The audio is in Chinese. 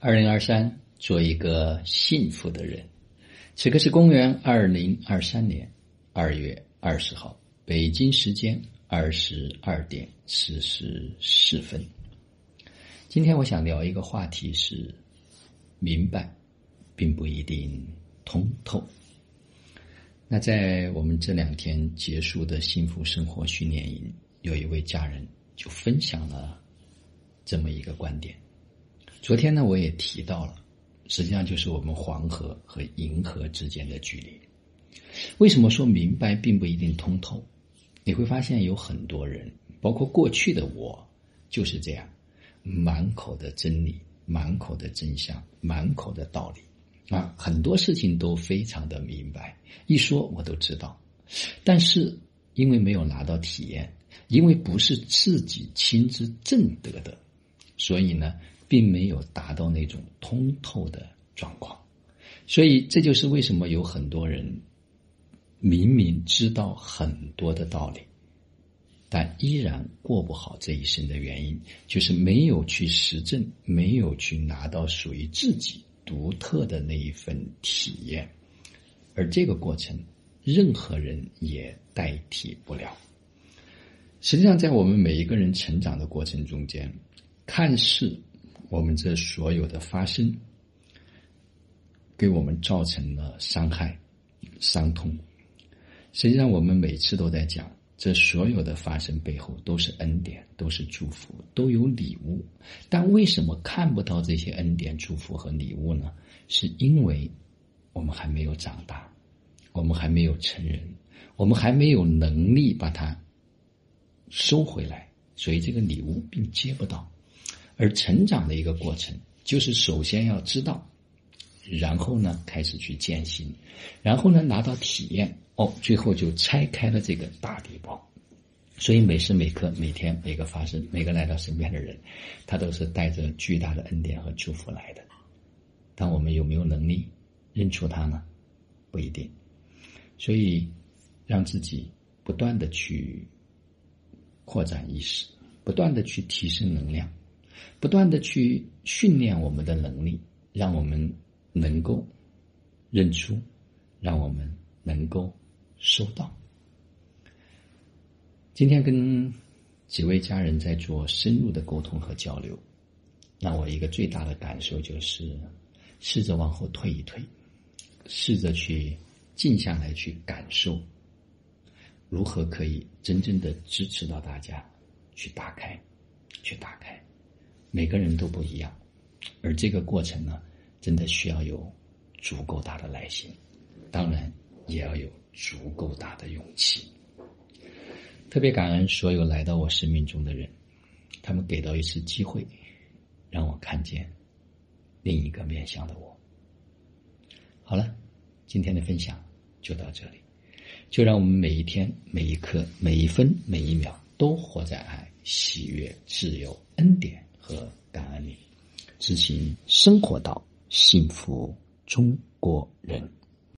2023，做一个幸福的人。此刻是公元2023年2月20号，北京时间22点44分。今天我想聊一个话题是：明白并不一定通透。那在我们这2天结束的幸福生活训练营，有一位家人就分享了这么一个观点。昨天呢，我也提到了，实际上就是我们黄河和银河之间的距离。为什么说明白并不一定通透？你会发现有很多人，包括过去的我，就是这样，满口的真理，满口的真相，满口的道理啊，很多事情都非常的明白，一说我都知道。但是因为没有拿到体验，因为不是自己亲自证得的，所以呢并没有达到那种通透的状况。所以这就是为什么有很多人明明知道很多的道理，但依然过不好这一生的原因，就是没有去实证，没有去拿到属于自己独特的那一份体验。而这个过程任何人也代替不了。实际上在我们每一个人成长的过程中间，看似我们这所有的发生给我们造成了伤害伤痛，实际上我们每次都在讲，这所有的发生背后都是恩典，都是祝福，都有礼物。但为什么看不到这些恩典祝福和礼物呢？是因为我们还没有长大，我们还没有成人，我们还没有能力把它收回来，所以这个礼物并接不到。而成长的一个过程，就是首先要知道，然后呢开始去践行，然后呢拿到体验，最后就拆开了这个大礼包。所以每时每刻每天每个发生，每个来到身边的人，他都是带着巨大的恩典和祝福来的。但我们有没有能力认出它呢？不一定。所以让自己不断的去扩展意识，不断的去提升能量，不断的去训练我们的能力，让我们能够认出，让我们能够收到。今天跟几位家人在做深入的沟通和交流，那我一个最大的感受就是试着往后退一退，试着去静下来去感受，如何可以真正的支持到大家去打开。每个人都不一样，而这个过程呢，真的需要有足够大的耐心，当然也要有足够大的勇气。特别感恩所有来到我生命中的人，他们给到一次机会，让我看见另一个面向的我。好了，今天的分享就到这里，就让我们每一天每一刻每一分每一秒都活在爱、喜悦、自由、恩典和感恩里，执行生活道，幸福中国人。